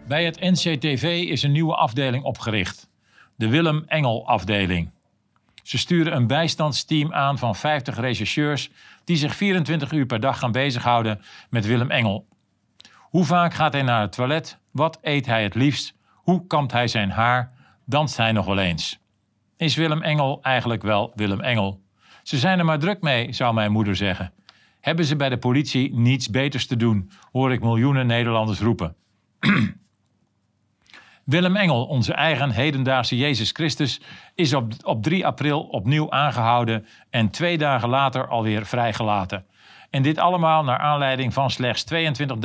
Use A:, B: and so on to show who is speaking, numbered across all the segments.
A: Bij het NCTV is een nieuwe afdeling opgericht. De Willem Engel afdeling. Ze sturen een bijstandsteam aan van 50 rechercheurs die zich 24 uur per dag gaan bezighouden met Willem Engel. Hoe vaak gaat hij naar het toilet? Wat eet hij het liefst? Hoe kampt hij zijn haar? Danst hij nog wel eens? Is Willem Engel eigenlijk wel Willem Engel? Ze zijn er maar druk mee, zou mijn moeder zeggen. Hebben ze bij de politie niets beters te doen, hoor ik miljoenen Nederlanders roepen. Willem Engel, onze eigen hedendaagse Jezus Christus, is op 3 april opnieuw aangehouden en 2 dagen later alweer vrijgelaten. En dit allemaal naar aanleiding van slechts 22.561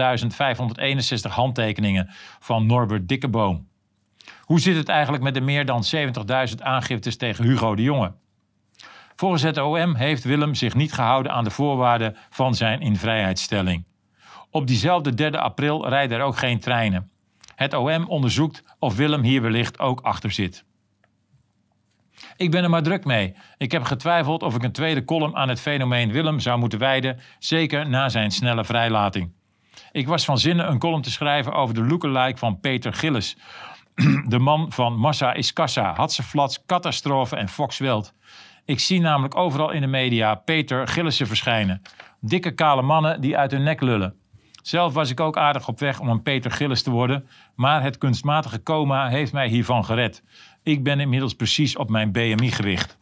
A: handtekeningen van Norbert Dikkeboom. Hoe zit het eigenlijk met de meer dan 70.000 aangiftes tegen Hugo de Jonge? Volgens het OM heeft Willem zich niet gehouden aan de voorwaarden van zijn invrijheidstelling. Op diezelfde 3 april rijden er ook geen treinen. Het OM onderzoekt of Willem hier wellicht ook achter zit. Ik ben er maar druk mee. Ik heb getwijfeld of ik een tweede column aan het fenomeen Willem zou moeten wijden, zeker na zijn snelle vrijlating. Ik was van zinnen een column te schrijven over de lookalike van Peter Gillis, de man van Massa is Kassa, Hatseflats, Catastrofe en Fox Weld. Ik zie namelijk overal in de media Peter Gillissen verschijnen. Dikke kale mannen die uit hun nek lullen. Zelf was ik ook aardig op weg om een Peter Gillis te worden, maar het kunstmatige coma heeft mij hiervan gered. Ik ben inmiddels precies op mijn BMI gericht.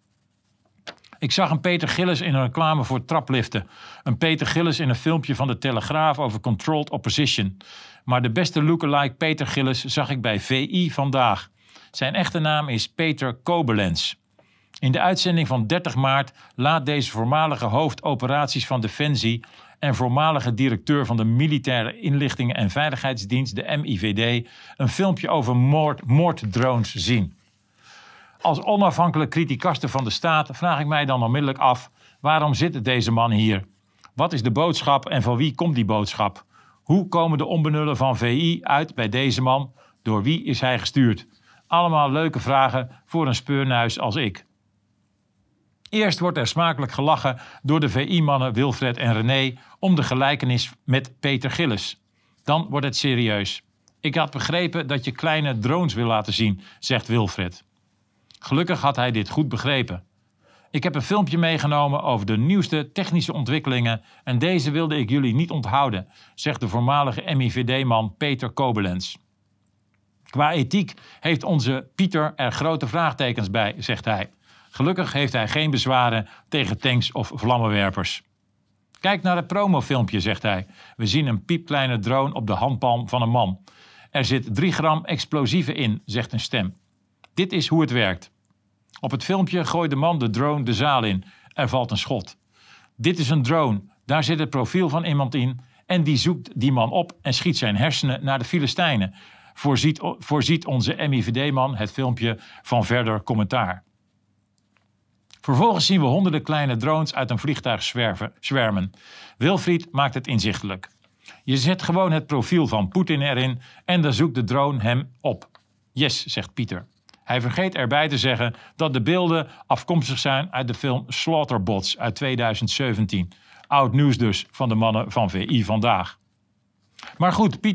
A: Ik zag een Peter Gillis in een reclame voor trapliften. Een Peter Gillis in een filmpje van de Telegraaf over Controlled Opposition. Maar de beste lookalike Peter Gillis zag ik bij VI vandaag. Zijn echte naam is Peter Koblenz. In de uitzending van 30 maart laat deze voormalige hoofdoperaties van Defensie en voormalige directeur van de Militaire Inlichtingen en Veiligheidsdienst, de MIVD, een filmpje over moorddrones zien. Als onafhankelijk criticaster van de staat vraag ik mij dan onmiddellijk af, waarom zit deze man hier? Wat is de boodschap en van wie komt die boodschap? Hoe komen de onbenullen van VI uit bij deze man? Door wie is hij gestuurd? Allemaal leuke vragen voor een speurnuis als ik. Eerst wordt er smakelijk gelachen door de VI-mannen Wilfred en René om de gelijkenis met Peter Gillis. Dan wordt het serieus. Ik had begrepen dat je kleine drones wil laten zien, zegt Wilfred. Gelukkig had hij dit goed begrepen. Ik heb een filmpje meegenomen over de nieuwste technische ontwikkelingen en deze wilde ik jullie niet onthouden, zegt de voormalige MIVD-man Peter Koblenz. Qua ethiek heeft onze Pieter er grote vraagtekens bij, zegt hij. Gelukkig heeft hij geen bezwaren tegen tanks of vlammenwerpers. Kijk naar het promofilmpje, zegt hij. We zien een piepkleine drone op de handpalm van een man. Er zit 3 gram explosieven in, zegt een stem. Dit is hoe het werkt. Op het filmpje gooit de man de drone de zaal in. Er valt een schot. Dit is een drone. Daar zit het profiel van iemand in. En die zoekt die man op en schiet zijn hersenen naar de Filistijnen. Voorziet onze MIVD-man het filmpje van verder commentaar. Vervolgens zien we honderden kleine drones uit een vliegtuig zwermen. Wilfried maakt het inzichtelijk. Je zet gewoon het profiel van Poetin erin en dan zoekt de drone hem op. Yes, zegt Pieter. Hij vergeet erbij te zeggen dat de beelden afkomstig zijn uit de film Slaughterbots uit 2017. Oud nieuws dus van de mannen van VI vandaag. Maar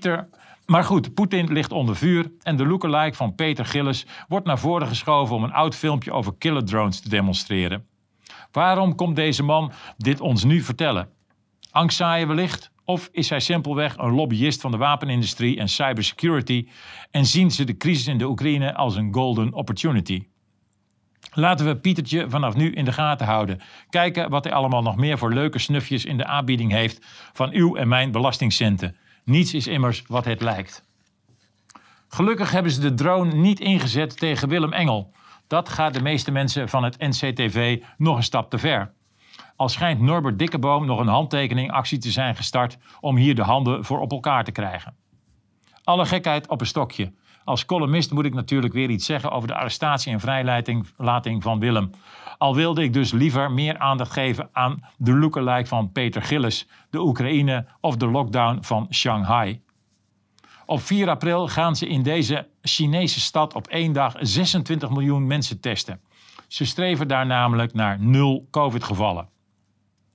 A: goed, Poetin ligt onder vuur en de lookalike van Peter Gillis wordt naar voren geschoven om een oud filmpje over killerdrones te demonstreren. Waarom komt deze man dit ons nu vertellen? Angstzaaien wellicht? Of is hij simpelweg een lobbyist van de wapenindustrie en cybersecurity en zien ze de crisis in de Oekraïne als een golden opportunity? Laten we Pietertje vanaf nu in de gaten houden. Kijken wat hij allemaal nog meer voor leuke snufjes in de aanbieding heeft van uw en mijn belastingcenten. Niets is immers wat het lijkt. Gelukkig hebben ze de drone niet ingezet tegen Willem Engel. Dat gaat de meeste mensen van het NCTV nog een stap te ver. Al schijnt Norbert Dikkeboom nog een handtekeningactie te zijn gestart om hier de handen voor op elkaar te krijgen. Alle gekheid op een stokje. Als columnist moet ik natuurlijk weer iets zeggen over de arrestatie en vrijlating van Willem. Al wilde ik dus liever meer aandacht geven aan de lookalike van Peter Gillis, de Oekraïne of de lockdown van Shanghai. Op 4 april gaan ze in deze Chinese stad op 1 dag 26 miljoen mensen testen. Ze streven daar namelijk naar 0 COVID-gevallen.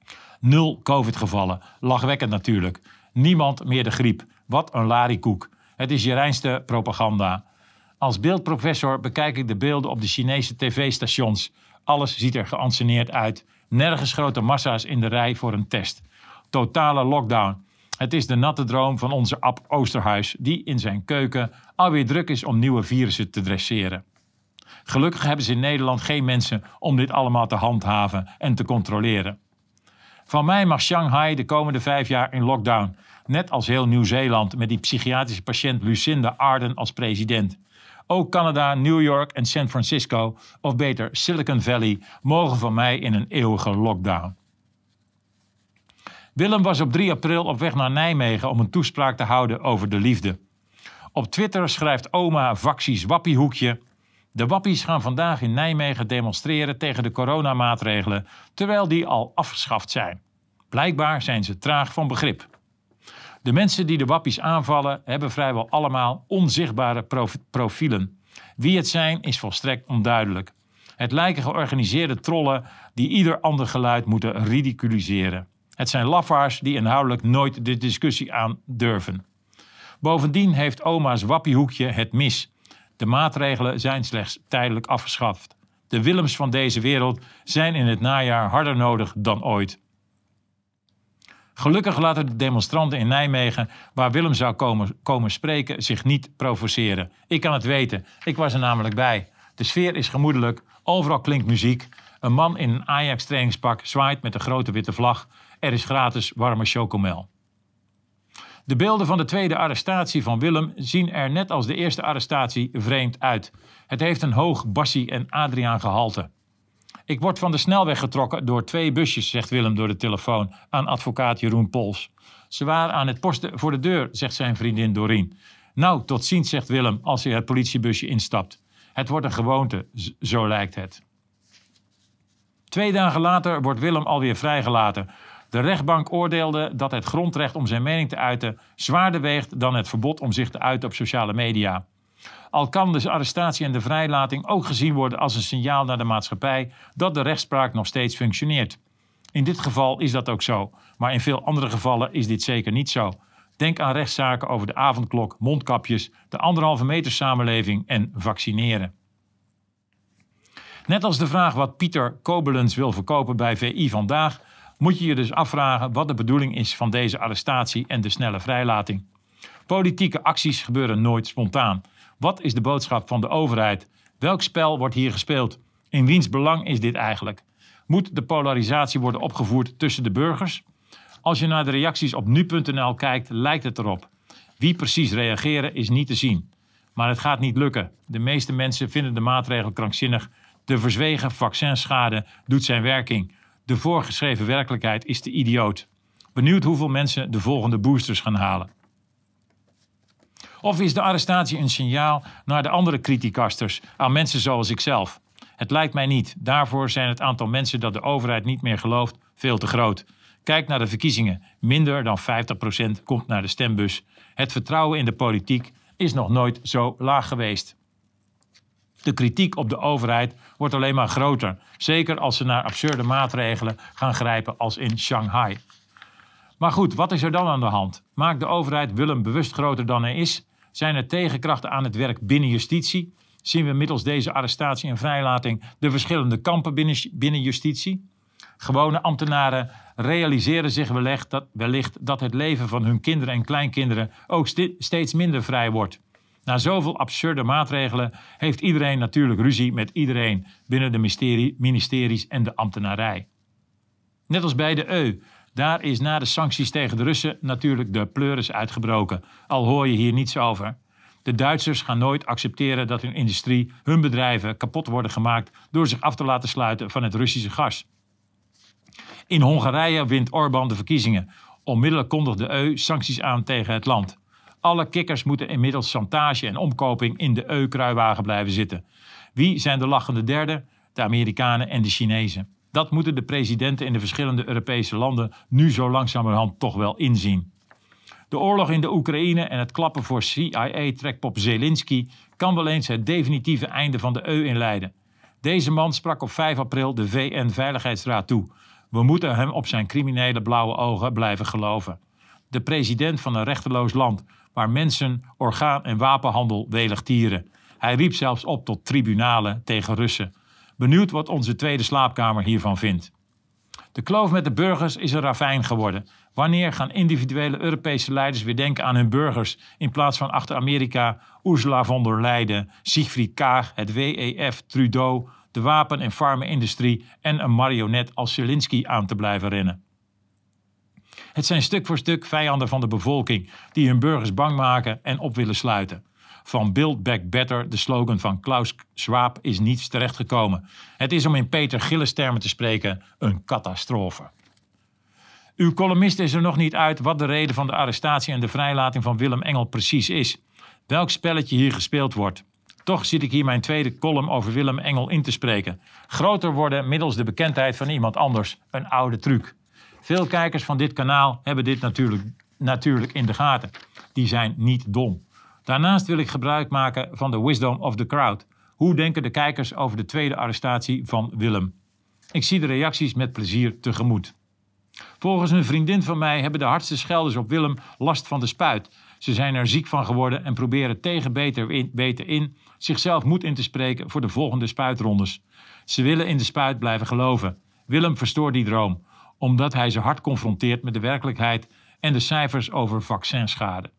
A: 0 COVID-gevallen, lachwekkend natuurlijk. Niemand meer de griep. Wat een lariekoek. Het is je reinste propaganda. Als beeldprofessor bekijk ik de beelden op de Chinese tv-stations. Alles ziet er geanceneerd uit. Nergens grote massa's in de rij voor een test. Totale lockdown. Het is de natte droom van onze Ab Oosterhuis, die in zijn keuken alweer druk is om nieuwe virussen te dresseren. Gelukkig hebben ze in Nederland geen mensen om dit allemaal te handhaven en te controleren. Van mij mag Shanghai de komende 5 jaar in lockdown. Net als heel Nieuw-Zeeland met die psychiatrische patiënt Lucinda Ardern als president. Ook Canada, New York en San Francisco, of beter Silicon Valley, mogen van mij in een eeuwige lockdown. Willem was op 3 april op weg naar Nijmegen om een toespraak te houden over de liefde. Op Twitter schrijft oma Vaxies Wappiehoekje: de wappies gaan vandaag in Nijmegen demonstreren tegen de coronamaatregelen, terwijl die al afgeschaft zijn. Blijkbaar zijn ze traag van begrip. De mensen die de wappies aanvallen hebben vrijwel allemaal onzichtbare profielen. Wie het zijn is volstrekt onduidelijk. Het lijken georganiseerde trollen die ieder ander geluid moeten ridiculiseren. Het zijn lafaards die inhoudelijk nooit de discussie aan durven. Bovendien heeft oma's wappiehoekje het mis. De maatregelen zijn slechts tijdelijk afgeschaft. De Willems van deze wereld zijn in het najaar harder nodig dan ooit. Gelukkig laten de demonstranten in Nijmegen, waar Willem zou komen spreken, zich niet provoceren. Ik kan het weten, ik was er namelijk bij. De sfeer is gemoedelijk, overal klinkt muziek. Een man in een Ajax trainingspak zwaait met een grote witte vlag. Er is gratis warme chocomel. De beelden van de tweede arrestatie van Willem zien er net als de eerste arrestatie vreemd uit. Het heeft een hoog Bassie en Adriaan gehalte. Ik word van de snelweg getrokken door 2 busjes, zegt Willem door de telefoon aan advocaat Jeroen Pols. Ze waren aan het posten voor de deur, zegt zijn vriendin Dorien. Nou, tot ziens, zegt Willem als hij het politiebusje instapt. Het wordt een gewoonte, zo lijkt het. 2 dagen later wordt Willem alweer vrijgelaten. De rechtbank oordeelde dat het grondrecht om zijn mening te uiten zwaarder weegt dan het verbod om zich te uiten op sociale media. Al kan de arrestatie en de vrijlating ook gezien worden als een signaal naar de maatschappij dat de rechtspraak nog steeds functioneert. In dit geval is dat ook zo, maar in veel andere gevallen is dit zeker niet zo. Denk aan rechtszaken over de avondklok, mondkapjes, de 1,5 meter samenleving en vaccineren. Net als de vraag wat Pieter Kobelens wil verkopen bij VI Vandaag, moet je je dus afvragen wat de bedoeling is van deze arrestatie en de snelle vrijlating. Politieke acties gebeuren nooit spontaan. Wat is de boodschap van de overheid? Welk spel wordt hier gespeeld? In wiens belang is dit eigenlijk? Moet de polarisatie worden opgevoerd tussen de burgers? Als je naar de reacties op nu.nl kijkt, lijkt het erop. Wie precies reageren is niet te zien. Maar het gaat niet lukken. De meeste mensen vinden de maatregel krankzinnig. De verzwegen vaccinschade doet zijn werking. De voorgeschreven werkelijkheid is te idioot. Benieuwd hoeveel mensen de volgende boosters gaan halen. Of is de arrestatie een signaal naar de andere criticasters, aan mensen zoals ikzelf? Het lijkt mij niet. Daarvoor zijn het aantal mensen dat de overheid niet meer gelooft veel te groot. Kijk naar de verkiezingen. Minder dan 50% komt naar de stembus. Het vertrouwen in de politiek is nog nooit zo laag geweest. De kritiek op de overheid wordt alleen maar groter. Zeker als ze naar absurde maatregelen gaan grijpen als in Shanghai. Maar goed, wat is er dan aan de hand? Maakt de overheid Willem bewust groter dan hij is? Zijn er tegenkrachten aan het werk binnen justitie? Zien we middels deze arrestatie en vrijlating de verschillende kampen binnen justitie? Gewone ambtenaren realiseren zich wellicht dat het leven van hun kinderen en kleinkinderen ook steeds minder vrij wordt. Na zoveel absurde maatregelen heeft iedereen natuurlijk ruzie met iedereen binnen de ministeries en de ambtenarij. Net als bij de EU. Daar is na de sancties tegen de Russen natuurlijk de pleuris uitgebroken. Al hoor je hier niets over. De Duitsers gaan nooit accepteren dat hun industrie, hun bedrijven kapot worden gemaakt door zich af te laten sluiten van het Russische gas. In Hongarije wint Orbán de verkiezingen. Onmiddellijk kondigt de EU sancties aan tegen het land. Alle kikkers moeten inmiddels chantage en omkoping in de EU-kruiwagen blijven zitten. Wie zijn de lachende derden? De Amerikanen en de Chinezen. Dat moeten de presidenten in de verschillende Europese landen nu zo langzamerhand toch wel inzien. De oorlog in de Oekraïne en het klappen voor CIA-trekpop Zelensky kan wel eens het definitieve einde van de EU inleiden. Deze man sprak op 5 april de VN-veiligheidsraad toe. We moeten hem op zijn criminele blauwe ogen blijven geloven. De president van een rechteloos land, waar mensen, orgaan- en wapenhandel welig tieren. Hij riep zelfs op tot tribunalen tegen Russen. Benieuwd wat onze Tweede Slaapkamer hiervan vindt. De kloof met de burgers is een ravijn geworden. Wanneer gaan individuele Europese leiders weer denken aan hun burgers in plaats van achter Amerika, Ursula von der Leyen, Siegfried Kaag, het WEF, Trudeau, de wapen- en farmenindustrie en een marionet als Zelensky aan te blijven rennen? Het zijn stuk voor stuk vijanden van de bevolking die hun burgers bang maken en op willen sluiten. Van Build Back Better, de slogan van Klaus Schwab, is niets terechtgekomen. Het is, om in Peter Gillis termen te spreken, een catastrofe. Uw columnist is er nog niet uit wat de reden van de arrestatie en de vrijlating van Willem Engel precies is. Welk spelletje hier gespeeld wordt. Toch zit ik hier mijn tweede column over Willem Engel in te spreken. Groter worden middels de bekendheid van iemand anders, een oude truc. Veel kijkers van dit kanaal hebben dit natuurlijk in de gaten. Die zijn niet dom. Daarnaast wil ik gebruik maken van de wisdom of the crowd. Hoe denken de kijkers over de tweede arrestatie van Willem? Ik zie de reacties met plezier tegemoet. Volgens een vriendin van mij hebben de hardste schelders op Willem last van de spuit. Ze zijn er ziek van geworden en proberen tegen beter in zichzelf moed in te spreken voor de volgende spuitrondes. Ze willen in de spuit blijven geloven. Willem verstoort die droom, omdat hij ze hard confronteert met de werkelijkheid en de cijfers over vaccinschade.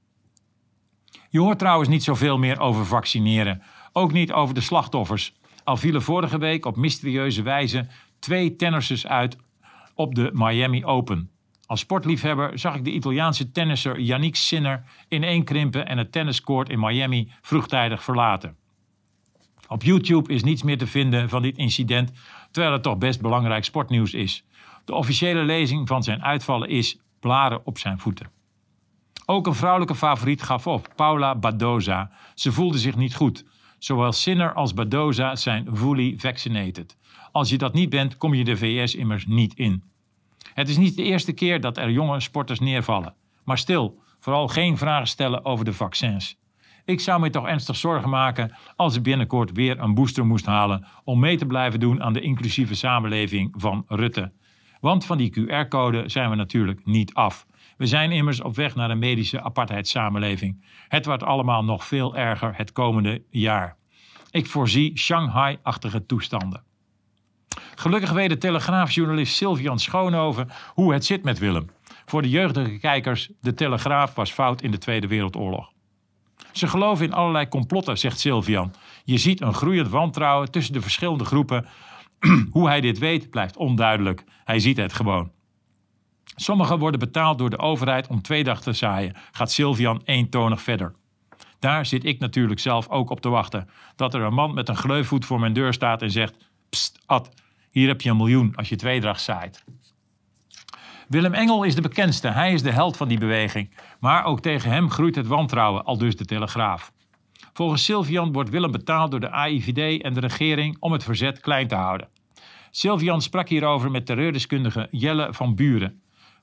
A: Je hoort trouwens niet zoveel meer over vaccineren. Ook niet over de slachtoffers. Al vielen vorige week op mysterieuze wijze 2 tennissers uit op de Miami Open. Als sportliefhebber zag ik de Italiaanse tennisser Yannick Sinner ineenkrimpen en het tenniscourt in Miami vroegtijdig verlaten. Op YouTube is niets meer te vinden van dit incident, terwijl het toch best belangrijk sportnieuws is. De officiële lezing van zijn uitvallen is blaren op zijn voeten. Ook een vrouwelijke favoriet gaf op, Paula Badoza. Ze voelde zich niet goed. Zowel Sinner als Badoza zijn fully vaccinated. Als je dat niet bent, kom je de VS immers niet in. Het is niet de eerste keer dat er jonge sporters neervallen. Maar stil, vooral geen vragen stellen over de vaccins. Ik zou me toch ernstig zorgen maken als ik binnenkort weer een booster moest halen om mee te blijven doen aan de inclusieve samenleving van Rutte. Want van die QR-code zijn we natuurlijk niet af. We zijn immers op weg naar een medische apartheidssamenleving. Het wordt allemaal nog veel erger het komende jaar. Ik voorzie Shanghai-achtige toestanden. Gelukkig weet de Telegraafjournalist Sylvian Schoonhoven hoe het zit met Willem. Voor de jeugdige kijkers, de Telegraaf was fout in de Tweede Wereldoorlog. Ze geloven in allerlei complotten, zegt Sylvian. Je ziet een groeiend wantrouwen tussen de verschillende groepen. Hoe hij dit weet, blijft onduidelijk. Hij ziet het gewoon. Sommigen worden betaald door de overheid om 2 dagen te zaaien, gaat Sylvian eentonig verder. Daar zit ik natuurlijk zelf ook op te wachten. Dat er een man met een gleufvoet voor mijn deur staat en zegt: Pst, Ad, hier heb je 1 miljoen als je 2 dagen zaait. Willem Engel is de bekendste, hij is de held van die beweging. Maar ook tegen hem groeit het wantrouwen, aldus de Telegraaf. Volgens Sylvian wordt Willem betaald door de AIVD en de regering om het verzet klein te houden. Sylvian sprak hierover met terreurdeskundige Jelle van Buren.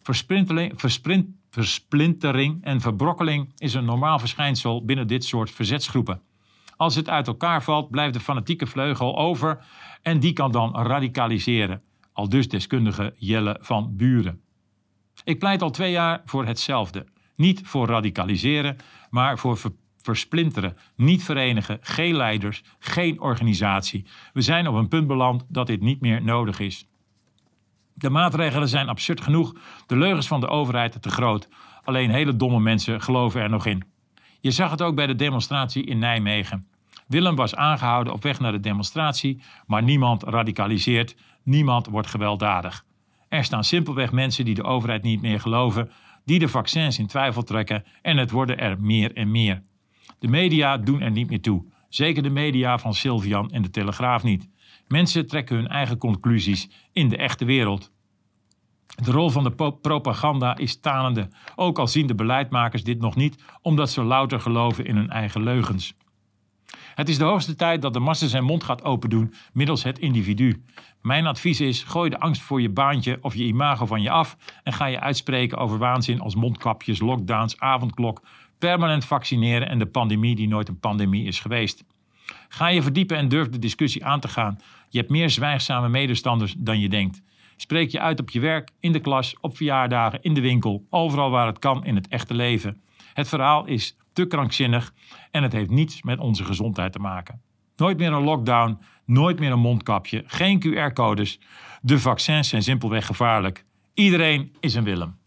A: Versplintering en verbrokkeling is een normaal verschijnsel binnen dit soort verzetsgroepen. Als het uit elkaar valt, blijft de fanatieke vleugel over en die kan dan radicaliseren. Aldus deskundige Jelle van Buren. Ik pleit al 2 jaar voor hetzelfde. Niet voor radicaliseren, maar voor versplinteren. Niet verenigen, geen leiders, geen organisatie. We zijn op een punt beland dat dit niet meer nodig is. De maatregelen zijn absurd genoeg, de leugens van de overheid te groot. Alleen hele domme mensen geloven er nog in. Je zag het ook bij de demonstratie in Nijmegen. Willem was aangehouden op weg naar de demonstratie, maar niemand radicaliseert, niemand wordt gewelddadig. Er staan simpelweg mensen die de overheid niet meer geloven, die de vaccins in twijfel trekken en het worden er meer en meer. De media doen er niet meer toe, zeker de media van Sylvian en de Telegraaf niet. Mensen trekken hun eigen conclusies in de echte wereld. De rol van de propaganda is tanende, ook al zien de beleidmakers dit nog niet, omdat ze louter geloven in hun eigen leugens. Het is de hoogste tijd dat de massa zijn mond gaat opendoen middels het individu. Mijn advies is, gooi de angst voor je baantje of je imago van je af en ga je uitspreken over waanzin als mondkapjes, lockdowns, avondklok, permanent vaccineren en de pandemie die nooit een pandemie is geweest. Ga je verdiepen en durf de discussie aan te gaan. Je hebt meer zwijgzame medestanders dan je denkt. Spreek je uit op je werk, in de klas, op verjaardagen, in de winkel, overal waar het kan in het echte leven. Het verhaal is te krankzinnig en het heeft niets met onze gezondheid te maken. Nooit meer een lockdown, nooit meer een mondkapje, geen QR-codes. De vaccins zijn simpelweg gevaarlijk. Iedereen is een Willem.